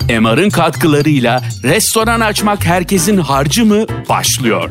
MR'ın katkılarıyla restoran açmak herkesin harcı mı başlıyor.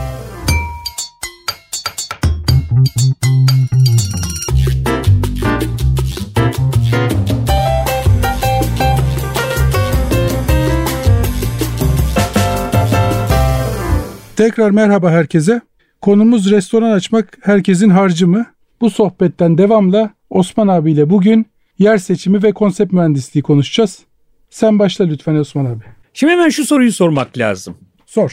Tekrar merhaba herkese. Konumuz restoran açmak herkesin harcı mı? Bu sohbetten devamla Osman abiyle bugün yer seçimi ve konsept mühendisliği konuşacağız. Sen başla lütfen Osman abi. Şimdi hemen şu soruyu sormak lazım. Sor.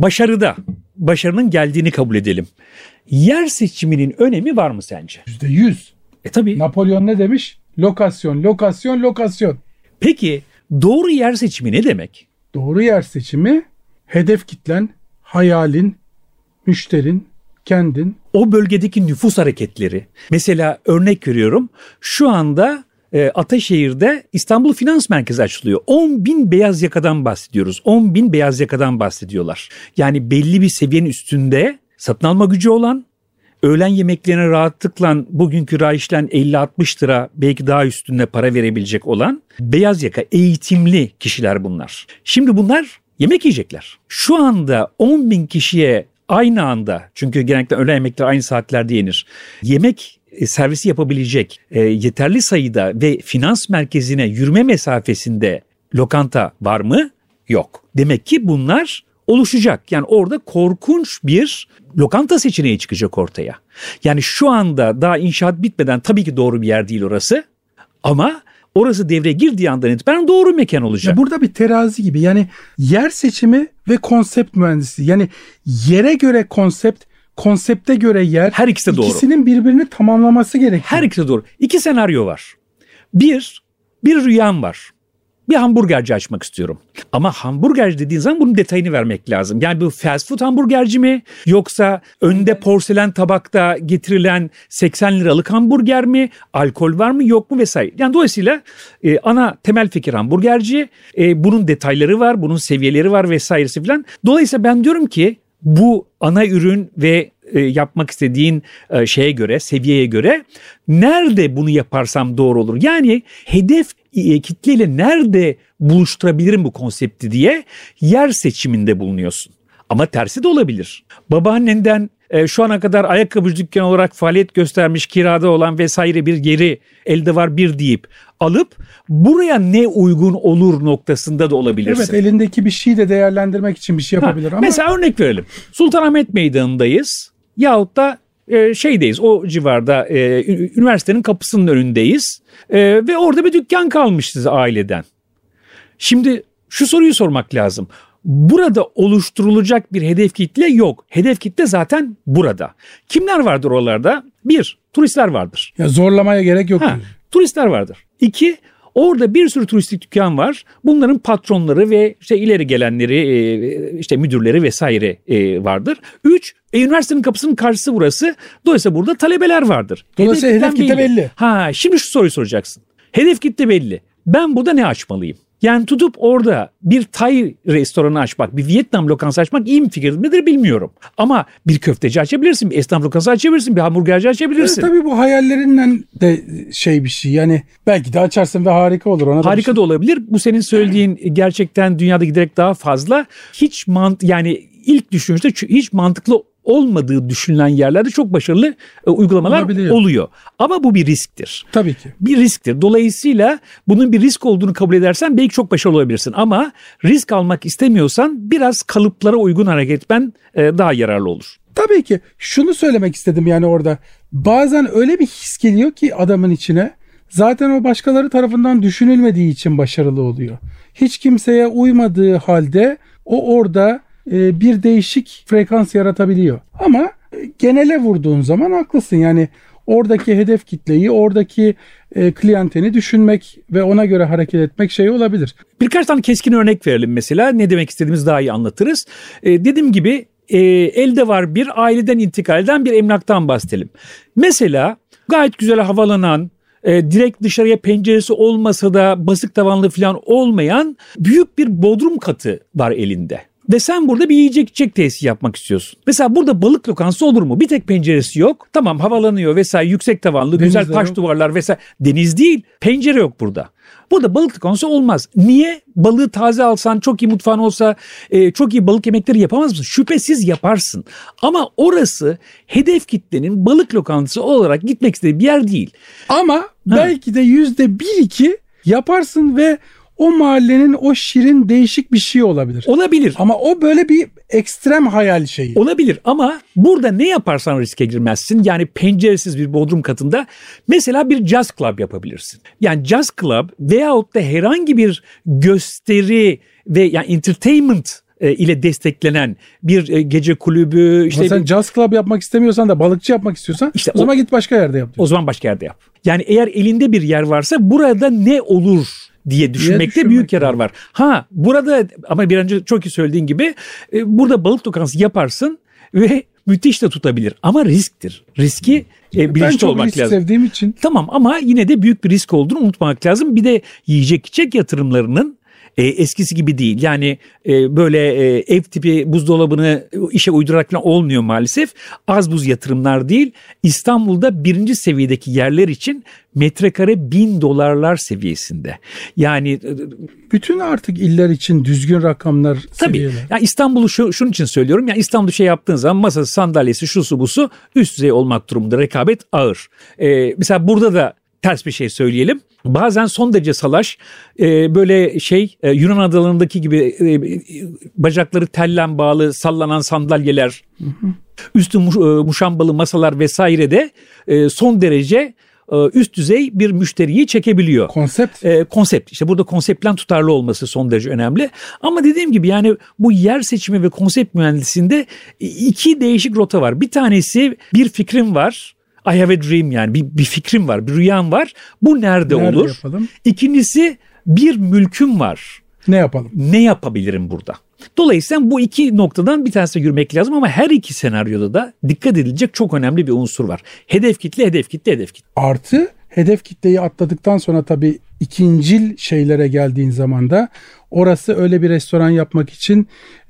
Başarının geldiğini kabul edelim. Yer seçiminin önemi var mı sence? %100. Tabii. Napolyon ne demiş? Lokasyon, lokasyon, lokasyon. Peki doğru yer seçimi ne demek? Doğru yer seçimi hedef kitlen, hayalin, müşterin, kendin. O bölgedeki nüfus hareketleri. Mesela örnek veriyorum. Şu anda Ataşehir'de İstanbul Finans Merkezi açılıyor. 10.000 beyaz yakadan bahsediyoruz. 10.000 beyaz yakadan bahsediyorlar. Yani belli bir seviyenin üstünde satın alma gücü olan, öğlen yemeklerine rahatlıkla bugünkü rayişlen 50-60 lira belki daha üstünde para verebilecek olan beyaz yaka eğitimli kişiler bunlar. Şimdi bunlar yemek yiyecekler. Şu anda 10.000 kişiye aynı anda, çünkü genellikle öğle yemekleri aynı saatlerde yenir, yemek servisi yapabilecek yeterli sayıda ve finans merkezine yürüme mesafesinde lokanta var mı? Yok. Demek ki bunlar oluşacak. Yani orada korkunç bir lokanta seçeneği çıkacak ortaya. Yani şu anda daha inşaat bitmeden, tabii ki doğru bir yer değil orası, ama orası devreye girdiği andan itibaren doğru mekan olacak. Ya burada bir terazi gibi, yani yer seçimi ve konsept mühendisliği. Yani yere göre konsept, konsepte göre yer. Her ikisi de doğru. İkisinin birbirini tamamlaması gerekiyor. Her ikisi de doğru. İki senaryo var. Bir rüyam var. Bir hamburgerci açmak istiyorum. Ama hamburgerci dediğin zaman bunun detayını vermek lazım. Yani bu fast food hamburgerci mi? Yoksa önde porselen tabakta getirilen 80 liralık hamburger mi? Alkol var mı yok mu vesaire. Yani dolayısıyla ana temel fikir hamburgerci. Bunun detayları var, bunun seviyeleri var vesairesi filan. Dolayısıyla ben diyorum ki bu ana ürün ve yapmak istediğin şeye göre, seviyeye göre nerede bunu yaparsam doğru olur? Yani hedef kitleyle nerede buluşturabilirim bu konsepti diye yer seçiminde bulunuyorsun. Ama tersi de olabilir. Babaannenden şu ana kadar ayakkabıcı dükkanı olarak faaliyet göstermiş, kirada olan vesaire bir yeri elde var bir deyip alıp buraya ne uygun olur noktasında da olabilirsin. Evet, elindeki bir şeyi de değerlendirmek için bir şey yapabilir ama. Mesela örnek verelim. Sultanahmet Meydanı'ndayız yahut da şeydeyiz, o civarda üniversitenin kapısının önündeyiz ve orada bir dükkan kalmışız aileden. Şimdi şu soruyu sormak lazım. Burada oluşturulacak bir hedef kitle yok. Hedef kitle zaten burada. Kimler vardır oralarda? Bir, turistler vardır. Ya zorlamaya gerek yok. Turistler vardır. İki, orada bir sürü turistik dükkan var. Bunların patronları ve işte ileri gelenleri, işte müdürleri vesaire vardır. Üç, üniversitenin kapısının karşısı burası. Dolayısıyla burada talebeler vardır. Dolayısıyla hedef kitle belli. Şimdi şu soruyu soracaksın. Hedef kitle belli. Ben burada ne açmalıyım? Yani tutup orada bir Tay restoranı açmak, bir Vietnam lokantası açmak iyi mi fikir midir bilmiyorum. Ama bir köfteci açabilirsin, bir esnaf lokantası açabilirsin, bir hamburgerci açabilirsin. Tabii bu hayallerinden de bir şey. Yani belki de açarsın ve harika olur. Harika da olabilir. Bu senin söylediğin gerçekten dünyada giderek daha fazla. Yani ilk düşünüşte hiç mantıklı olmadığı düşünülen yerlerde çok başarılı uygulamalar oluyor. Ama bu bir risktir. Tabii ki. Bir risktir. Dolayısıyla bunun bir risk olduğunu kabul edersen belki çok başarılı olabilirsin. Ama risk almak istemiyorsan biraz kalıplara uygun hareket etmen daha yararlı olur. Tabii ki. Şunu söylemek istedim yani orada. Bazen öyle bir his geliyor ki adamın içine. Zaten o başkaları tarafından düşünülmediği için başarılı oluyor. Hiç kimseye uymadığı halde o orada bir değişik frekans yaratabiliyor. Ama genele vurduğun zaman haklısın. Yani oradaki hedef kitleyi, oradaki kliyenteni düşünmek ve ona göre hareket etmek şey olabilir. Birkaç tane keskin örnek verelim mesela. Ne demek istediğimizi daha iyi anlatırız. Dediğim gibi elde var bir aileden intikal eden bir emlaktan bahsedelim. Mesela gayet güzel havalanan, direkt dışarıya penceresi olmasa da basık tavanlı falan olmayan büyük bir bodrum katı var elinde. Ve sen burada bir yiyecek içecek tesisi yapmak istiyorsun. Mesela burada balık lokantası olur mu? Bir tek penceresi yok. Tamam, havalanıyor vesaire, yüksek tavanlı, Deniz güzel taş duvarlar vesaire. Deniz değil, pencere yok burada. Bu da balık lokantası olmaz. Niye? Balığı taze alsan, çok iyi mutfağın olsa çok iyi balık yemekleri yapamaz mısın? Şüphesiz yaparsın. Ama orası hedef kitlenin balık lokantası olarak gitmek istediği bir yer değil. Ama belki de %1-2 yaparsın ve o mahallenin o şirin değişik bir şey olabilir. Olabilir. Ama o böyle bir ekstrem hayal şeyi. Olabilir ama burada ne yaparsan riske girmezsin. Yani penceresiz bir bodrum katında mesela bir jazz club yapabilirsin. Yani jazz club veyahut da herhangi bir gösteri ve yani entertainment ile desteklenen bir gece kulübü. İşte sen jazz club yapmak istemiyorsan da balıkçı yapmak istiyorsan işte o zaman git başka yerde yap. O zaman başka yerde yap. Yani eğer elinde bir yer varsa burada ne olur diye düşünmekte büyük yarar var. Burada ama bir önce çok iyi söylediğin gibi burada balık lokantası yaparsın ve müthiş de tutabilir. Ama risktir. Riski bilinçli olmak lazım. Ben çok risk sevdiğim için. Tamam ama yine de büyük bir risk olduğunu unutmamak lazım. Bir de yiyecek içecek yatırımlarının eskisi gibi değil. Yani böyle ev tipi buzdolabını işe uydurarak falan olmuyor maalesef. Az buz yatırımlar değil. İstanbul'da 1. seviyedeki yerler için metrekare $1000 seviyesinde. Yani bütün artık iller için düzgün rakamlar seviyeler. Tabii. Yani İstanbul'u şunun için söylüyorum. Yani İstanbul'da şey yaptığın zaman masası, sandalyesi, şusu busu üst düzey olmak durumunda. Rekabet ağır. Mesela burada da ters bir şey söyleyelim. Bazen son derece salaş böyle Yunan adalarındaki gibi bacakları tellen bağlı sallanan sandalyeler, üstü muşambalı masalar vesaire de son derece üst düzey bir müşteriyi çekebiliyor. Konsept. İşte burada konseptlen tutarlı olması son derece önemli. Ama dediğim gibi yani bu yer seçimi ve konsept mühendisliğinde iki değişik rota var. Bir tanesi bir fikrim var. I have a dream yani bir fikrim var, bir rüyam var. Bu nerede olur? Yapalım? İkincisi bir mülküm var. Ne yapalım? Ne yapabilirim burada? Dolayısıyla bu iki noktadan bir tanesine yürümek lazım ama her iki senaryoda da dikkat edilecek çok önemli bir unsur var. Hedef kitle. Artı hedef kitleyi atladıktan sonra tabii ikincil şeylere geldiğin zaman da orası öyle bir restoran yapmak için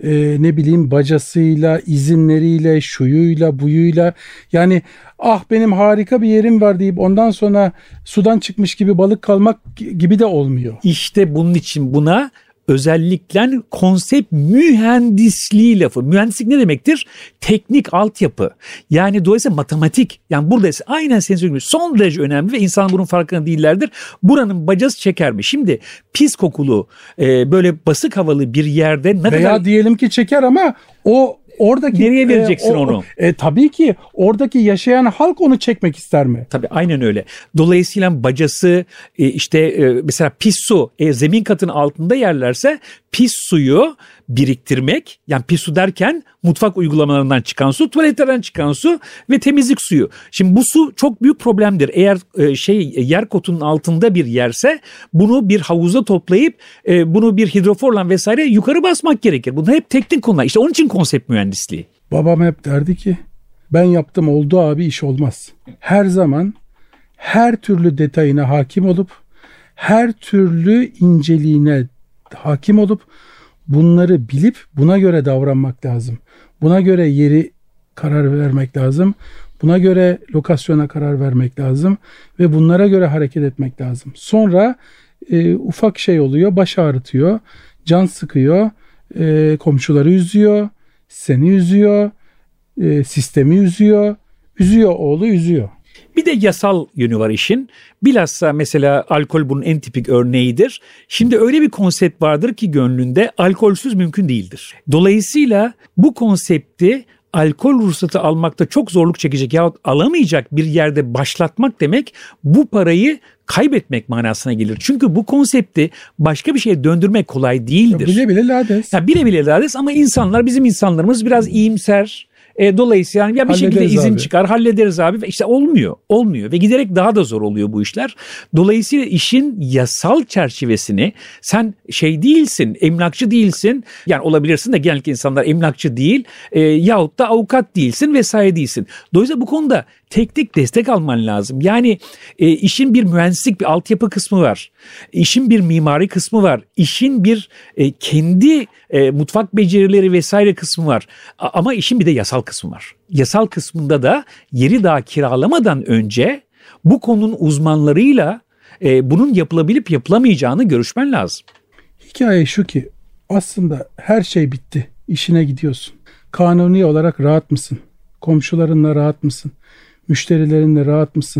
bacasıyla, izinleriyle, şuyuyla, buyuyla yani benim harika bir yerim var deyip ondan sonra sudan çıkmış gibi balık kalmak gibi de olmuyor. İşte bunun için buna özellikle konsept mühendisliği lafı. Mühendislik ne demektir? Teknik altyapı. Yani dolayısıyla matematik. Yani burada aynen senin söylediğin gibi son derece önemli ve insan bunun farkında değillerdir. Buranın bacası çeker mi? Şimdi pis kokulu böyle basık havalı bir yerde ne kadar... Veya diyelim ki çeker ama oradaki nereye vereceksin onu? Tabii ki oradaki yaşayan halk onu çekmek ister mi? Tabii aynen öyle. Dolayısıyla bacası mesela pis su zemin katının altında yerlerse pis suyu biriktirmek, yani pis su derken mutfak uygulamalarından çıkan su, tuvaletlerden çıkan su ve temizlik suyu. Şimdi bu su çok büyük problemdir. Eğer yer kotunun altında bir yerse bunu bir havuza toplayıp bunu bir hidroforla vesaire yukarı basmak gerekir. Bunlar hep teknik konular. İşte onun için konsept mühendisliği. Babam hep derdi ki ben yaptım oldu abi iş olmaz. Her zaman her türlü detayına hakim olup her türlü inceliğine hakim olup bunları bilip buna göre davranmak lazım. Buna göre yeri karar vermek lazım. Buna göre lokasyona karar vermek lazım ve bunlara göre hareket etmek lazım. Sonra ufak şey oluyor, baş ağrıtıyor, can sıkıyor, komşuları üzüyor, seni üzüyor, sistemi üzüyor, oğlu üzüyor. Bir de yasal yönü var işin. Bilhassa mesela alkol bunun en tipik örneğidir. Şimdi öyle bir konsept vardır ki gönlünde alkolsüz mümkün değildir. Dolayısıyla bu konsepti alkol ruhsatı almakta çok zorluk çekecek yahut alamayacak bir yerde başlatmak demek bu parayı kaybetmek manasına gelir. Çünkü bu konsepti başka bir şeye döndürmek kolay değildir. Bile bile lades. Bile bile lades ama bizim insanlarımız biraz iyimser. Dolayısıyla bir şekilde izin çıkar, hallederiz abi ve işte olmuyor ve giderek daha da zor oluyor bu işler. Dolayısıyla işin yasal çerçevesini sen değilsin, emlakçı değilsin, yani olabilirsin de genellikle insanlar emlakçı değil yahut da avukat değilsin vesaire değilsin. Dolayısıyla bu konuda teknik destek alman lazım. Yani işin bir mühendislik, bir altyapı kısmı var. İşin bir mimari kısmı var. İşin bir kendi mutfak becerileri vesaire kısmı var. Ama işin bir de yasal kısmı var. Yasal kısmında da yeri daha kiralamadan önce bu konunun uzmanlarıyla bunun yapılabilip yapılamayacağını görüşmen lazım. Hikaye şu ki aslında her şey bitti. İşine gidiyorsun. Kanuni olarak rahat mısın? Komşularınla rahat mısın? Müşterilerinle rahat mısın?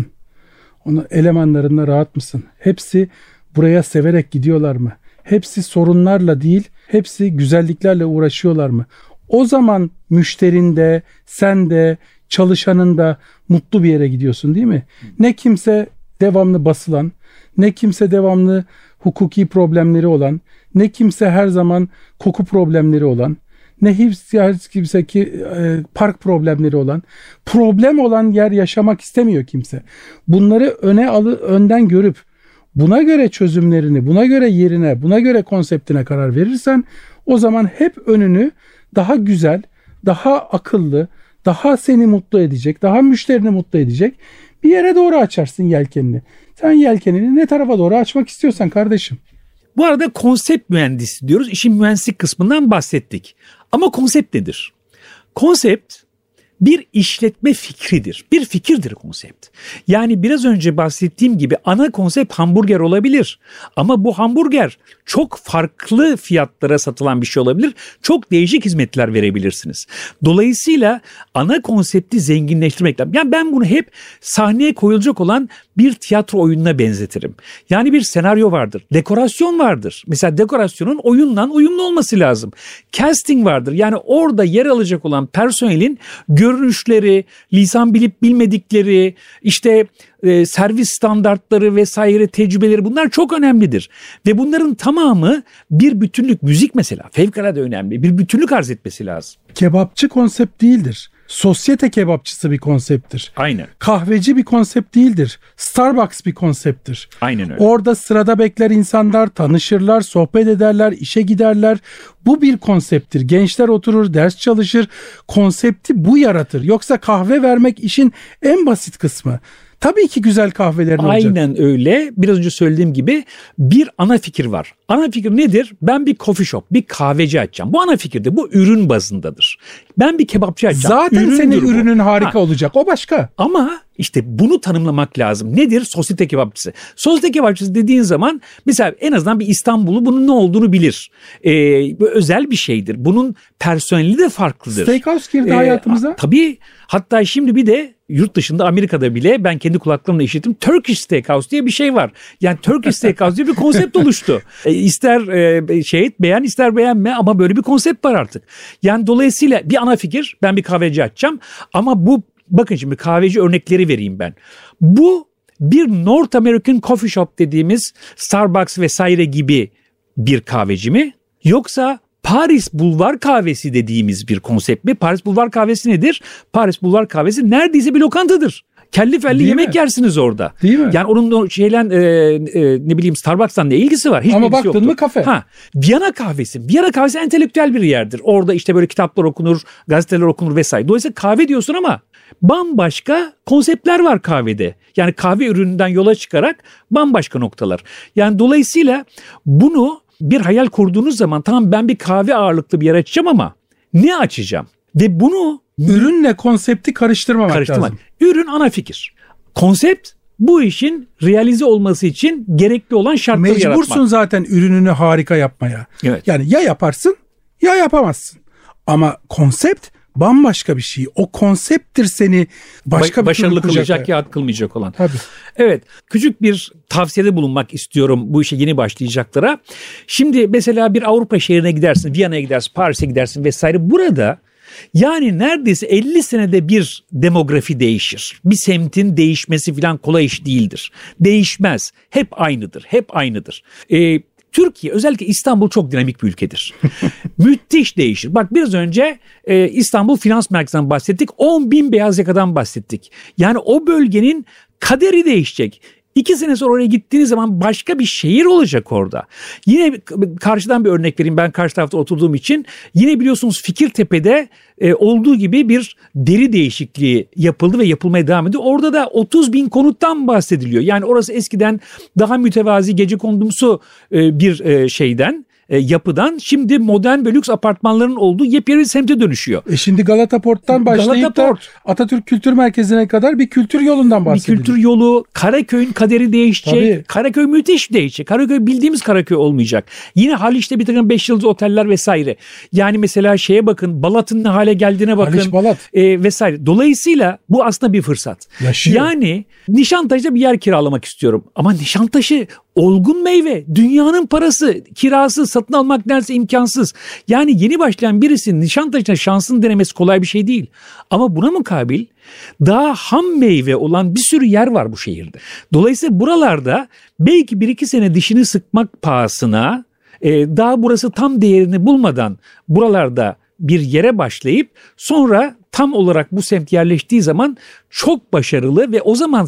Elemanlarınla rahat mısın? Hepsi buraya severek gidiyorlar mı? Hepsi sorunlarla değil, hepsi güzelliklerle uğraşıyorlar mı? O zaman müşterin de, sen de, çalışanın da mutlu bir yere gidiyorsun değil mi? Ne kimse devamlı basılan, ne kimse devamlı hukuki problemleri olan, ne kimse her zaman koku problemleri olan, ne hiç kimse ki park problemleri olan, problem olan yer yaşamak istemiyor kimse. Bunları önden görüp buna göre çözümlerini, buna göre yerine, buna göre konseptine karar verirsen o zaman hep önünü daha güzel, daha akıllı, daha seni mutlu edecek, daha müşterini mutlu edecek bir yere doğru açarsın yelkenini. Sen yelkenini ne tarafa doğru açmak istiyorsan kardeşim. Bu arada konsept mühendisi diyoruz. İşin mühendislik kısmından bahsettik. Ama konsept nedir? Konsept bir işletme fikridir. Bir fikirdir konsept. Yani biraz önce bahsettiğim gibi ana konsept hamburger olabilir. Ama bu hamburger çok farklı fiyatlara satılan bir şey olabilir. Çok değişik hizmetler verebilirsiniz. Dolayısıyla ana konsepti zenginleştirmek lazım. Yani ben bunu hep sahneye koyulacak olan bir tiyatro oyununa benzetirim. Yani bir senaryo vardır. Dekorasyon vardır. Mesela dekorasyonun oyunla uyumlu olması lazım. Casting vardır. Yani orada yer alacak olan personelin görünüşleri, lisan bilip bilmedikleri, işte servis standartları vesaire tecrübeleri bunlar çok önemlidir. Ve bunların tamamı bir bütünlük, müzik mesela fevkalade önemli. Bir bütünlük arz etmesi lazım. Kebapçı konsept değildir. Sosyete kebapçısı bir konsepttir. Aynen. Kahveci bir konsept değildir. Starbucks bir konsepttir. Aynen öyle. Orada sırada bekler insanlar, tanışırlar, sohbet ederler, işe giderler. Bu bir konsepttir. Gençler oturur, ders çalışır. Konsepti bu yaratır. Yoksa kahve vermek işin en basit kısmı. Tabii ki güzel kahvelerin olacak. Aynen öyle. Biraz önce söylediğim gibi bir ana fikir var. Ana fikir nedir? Ben bir coffee shop, bir kahveci açacağım. Bu ana fikirdir. Bu ürün bazındadır. Ben bir kebapçı açacağım. Zaten Üründür senin bu. ürünün harika olacak. O başka. Ama işte bunu tanımlamak lazım. Nedir? Sosyete kebapçısı. Sosyete kebapçısı dediğin zaman mesela en azından bir İstanbullu bunun ne olduğunu bilir. Özel bir şeydir. Bunun personeli de farklıdır. Steakhouse girdi hayatımıza. Tabii. Hatta şimdi bir de yurt dışında Amerika'da bile ben kendi kulaklarımla işittim. Turkish Steakhouse diye bir şey var. Yani Turkish Steakhouse diye bir konsept oluştu. İster beğen ister beğenme ama böyle bir konsept var artık. Yani dolayısıyla bir ana fikir, ben bir kahveci açacağım ama bu, bakın şimdi kahveci örnekleri vereyim ben. Bu bir North American Coffee Shop dediğimiz Starbucks vesaire gibi bir kahveci mi? Yoksa Paris Bulvar Kahvesi dediğimiz bir konsept mi? Paris Bulvar Kahvesi nedir? Paris Bulvar Kahvesi neredeyse bir lokantadır. Kelli felli Değil yemek mi? yersiniz orada. Değil mi? Yani onun o ne bileyim Starbucks'tan ne ilgisi var? Hiçbir Ama ilgisi baktın yoktur. mı kafe. Viyana kahvesi. Viyana kahvesi entelektüel bir yerdir. Orada işte böyle kitaplar okunur, gazeteler okunur vesaire. Dolayısıyla kahve diyorsun ama bambaşka konseptler var kahvede. Yani kahve ürününden yola çıkarak bambaşka noktalar. Yani dolayısıyla bunu bir hayal kurduğunuz zaman tamam ben bir kahve ağırlıklı bir yer açacağım ama ne açacağım? Ve bunu Ürünle konsepti karıştırmamak lazım. Ürün ana fikir. Konsept bu işin realize olması için gerekli olan şartları yaratmak. Mecbursun zaten ürününü harika yapmaya. Evet. Yani ya yaparsın ya yapamazsın. Ama konsept bambaşka bir şey. O konsepttir seni başka bir başarılı türlü kılacak ya kılmayacak olan. Tabii. Evet, küçük bir tavsiyede bulunmak istiyorum bu işe yeni başlayacaklara. Şimdi mesela bir Avrupa şehrine gidersin, Viyana'ya gidersin, Paris'e gidersin vesaire. Burada yani neredeyse 50 senede bir demografi değişir. Bir semtin değişmesi falan kolay iş değildir. Değişmez. Hep aynıdır. Hep aynıdır. Türkiye, özellikle İstanbul çok dinamik bir ülkedir. Müthiş değişir. Bak biraz önce İstanbul Finans Merkezi'nden bahsettik. 10.000 beyaz yakadan bahsettik. Yani o bölgenin kaderi değişecek. 2 sene sonra oraya gittiğiniz zaman başka bir şehir olacak orada. Yine karşıdan bir örnek vereyim. Ben karşı tarafta oturduğum için. Yine biliyorsunuz Fikirtepe'de olduğu gibi bir deri değişikliği yapıldı ve yapılmaya devam ediyor. Orada da 30.000 konuttan bahsediliyor. Yani orası eskiden daha mütevazi gecekondomsu bir şeyden, yapıdan şimdi modern ve lüks apartmanların olduğu yepyeni bir semte dönüşüyor. Şimdi Galata Port'tan başlayıp da Atatürk Kültür Merkezi'ne kadar bir kültür yolundan bahsediyor. Bir kültür yolu, Karaköy'ün kaderi değişecek. Tabii. Karaköy müthiş değişecek. Karaköy bildiğimiz Karaköy olmayacak. Yine Haliç'te bir takım 5 yıldız oteller vesaire. Yani mesela şeye bakın, Balat'ın ne hale geldiğine bakın. Haliç, Balat. Vesaire. Dolayısıyla bu aslında bir fırsat. Yaşıyor. Yani Nişantaş'ta bir yer kiralamak istiyorum. Ama Nişantaş'ı olgun meyve, dünyanın parası, kirası satın almak neredeyse imkansız. Yani yeni başlayan birisinin Nişantaş'ta şansını denemesi kolay bir şey değil. Ama buna mukabil daha ham meyve olan bir sürü yer var bu şehirde. Dolayısıyla buralarda belki 1-2 sene dişini sıkmak pahasına daha burası tam değerini bulmadan buralarda bir yere başlayıp sonra tam olarak bu semt yerleştiği zaman çok başarılı ve o zaman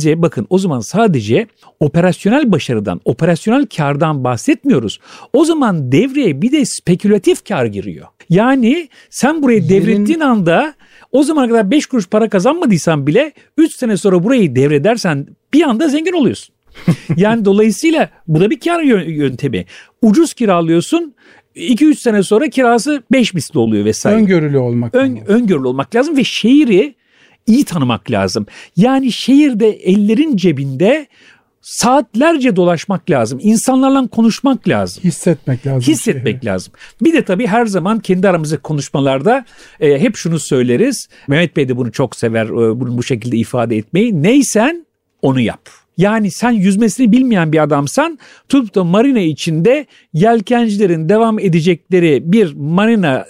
sadece operasyonel başarıdan, operasyonel kardan bahsetmiyoruz. O zaman devreye bir de spekülatif kar giriyor. Yani sen burayı devrettiğin anda o zamana kadar 5 kuruş para kazanmadıysan bile 3 sene sonra burayı devredersen bir anda zengin oluyorsun. Yani dolayısıyla bu da bir kar yöntemi. Ucuz kiralıyorsun. 2-3 sene sonra kirası 5 misli oluyor vesaire. Öngörülü olmak lazım. Öngörülü olmak lazım ve şehri iyi tanımak lazım. Yani şehirde ellerin cebinde saatlerce dolaşmak lazım. İnsanlarla konuşmak lazım. Hissetmek lazım. Bir de tabii her zaman kendi aramızdaki konuşmalarda hep şunu söyleriz. Mehmet Bey de bunu çok sever, bunu bu şekilde ifade etmeyi. Neysen onu yap. Yani sen yüzmesini bilmeyen bir adamsan tutup da marina içinde yelkencilerin devam edecekleri bir marina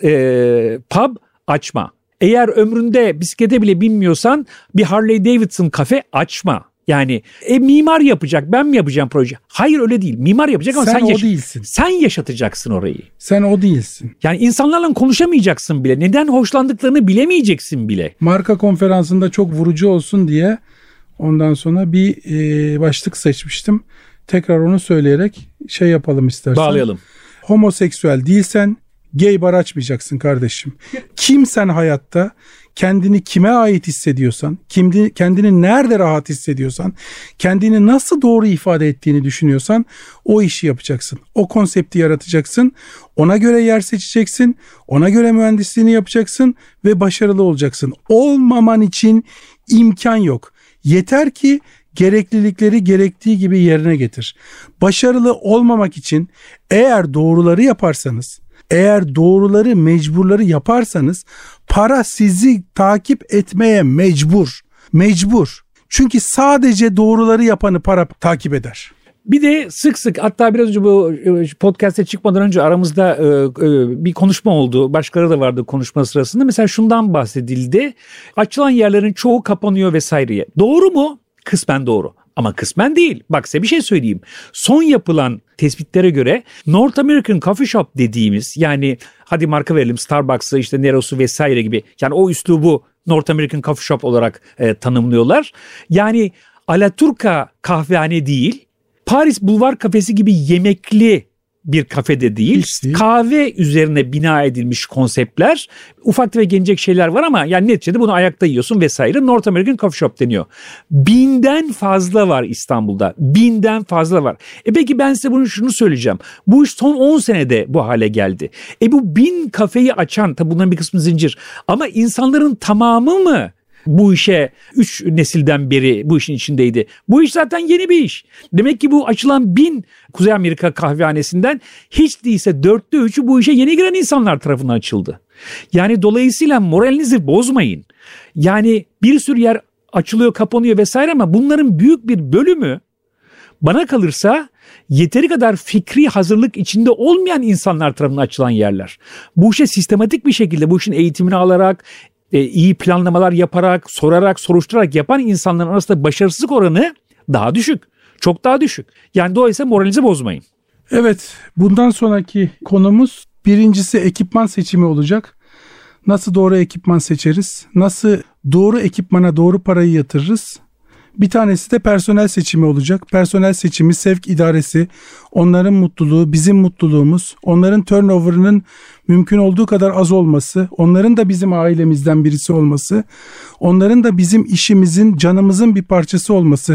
pub açma. Eğer ömründe bisiklete bile binmiyorsan bir Harley Davidson kafe açma. Yani mimar yapacak, ben mi yapacağım proje? Hayır, öyle değil. Mimar yapacak ama sen o değilsin. Sen yaşatacaksın orayı. Sen o değilsin. Yani insanlarla konuşamayacaksın bile. Neden hoşlandıklarını bilemeyeceksin bile. Marka konferansında çok vurucu olsun diye ondan sonra bir başlık seçmiştim. Tekrar onu söyleyerek yapalım istersen. Bağlayalım. Homoseksüel değilsen gay bar açmayacaksın kardeşim. Kimsen hayatta, kendini kime ait hissediyorsan, kendini nerede rahat hissediyorsan, kendini nasıl doğru ifade ettiğini düşünüyorsan o işi yapacaksın. O konsepti yaratacaksın. Ona göre yer seçeceksin. Ona göre mühendisliğini yapacaksın ve başarılı olacaksın. Olmaman için imkan yok. Yeter ki gereklilikleri gerektiği gibi yerine getir. Başarılı olmamak için eğer doğruları yaparsanız, eğer doğruları, mecburları yaparsanız para sizi takip etmeye mecbur. Mecbur. Çünkü sadece doğruları yapanı para takip eder. Bir de sık sık, hatta biraz önce bu podcast'e çıkmadan önce aramızda bir konuşma oldu. Başkaları da vardı konuşma sırasında. Mesela şundan bahsedildi. Açılan yerlerin çoğu kapanıyor vesaireye. Doğru mu? Kısmen doğru. Ama kısmen değil. Bak size bir şey söyleyeyim. Son yapılan tespitlere göre North American Coffee Shop dediğimiz, yani hadi marka verelim, Starbucks'ı, işte Neros'u vesaire gibi, yani o üslubu North American Coffee Shop olarak tanımlıyorlar. Yani Alaturka kahvehane değil, Paris Bulvar kafesi gibi yemekli bir kafede değil, kahve üzerine bina edilmiş konseptler, ufak ve gelecek şeyler var ama yani neticede bunu ayakta yiyorsun vesaire. North American Coffee Shop deniyor. 1000'den fazla var İstanbul'da. 1000'den fazla var. Peki ben size şunu söyleyeceğim. Bu iş son 10 senede bu hale geldi. Bu 1000 kafeyi açan, tabi bunların bir kısmı zincir, ama insanların tamamı mı bu işe 3 nesilden beri bu işin içindeydi? Bu iş zaten yeni bir iş. Demek ki bu açılan 1000 Kuzey Amerika kahvehanesinden hiç değilse 4'te 3'ü bu işe yeni giren insanlar tarafından açıldı. Yani dolayısıyla moralinizi bozmayın. Yani bir sürü yer açılıyor, kapanıyor vesaire ama bunların büyük bir bölümü bana kalırsa yeteri kadar fikri hazırlık içinde olmayan insanlar tarafından açılan yerler. Bu işe sistematik bir şekilde, bu işin eğitimini alarak, iyi planlamalar yaparak, sorarak, soruşturarak yapan insanların arasında başarısızlık oranı daha düşük. Çok daha düşük. Yani dolayısıyla moralinizi bozmayın. Evet, bundan sonraki konumuz birincisi ekipman seçimi olacak. Nasıl doğru ekipman seçeriz? Nasıl doğru ekipmana doğru parayı yatırırız? Bir tanesi de personel seçimi olacak. Personel seçimi, sevk idaresi, onların mutluluğu, bizim mutluluğumuz, onların turnover'ının mümkün olduğu kadar az olması, onların da bizim ailemizden birisi olması, onların da bizim işimizin, canımızın bir parçası olması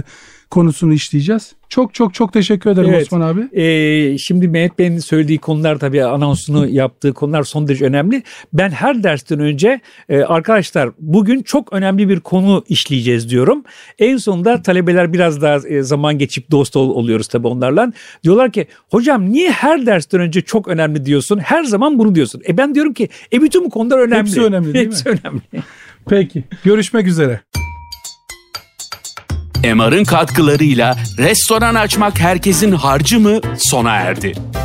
konusunu işleyeceğiz. Çok teşekkür ederim Evet. Osman abi. Şimdi Mehmet Bey'in söylediği konular, tabii anonsunu yaptığı konular son derece önemli. Ben her dersten önce arkadaşlar bugün çok önemli bir konu işleyeceğiz diyorum. En sonunda talebeler biraz daha zaman geçip dost oluyoruz tabii onlarla. Diyorlar ki hocam niye her dersten önce çok önemli diyorsun? Her zaman bunu diyorsun. Ben diyorum ki bütün bu konular önemli. Hepsi önemli değil mi? Hepsi önemli. Peki, görüşmek üzere. MR'ın katkılarıyla restoran açmak herkesin harcı mı sona erdi.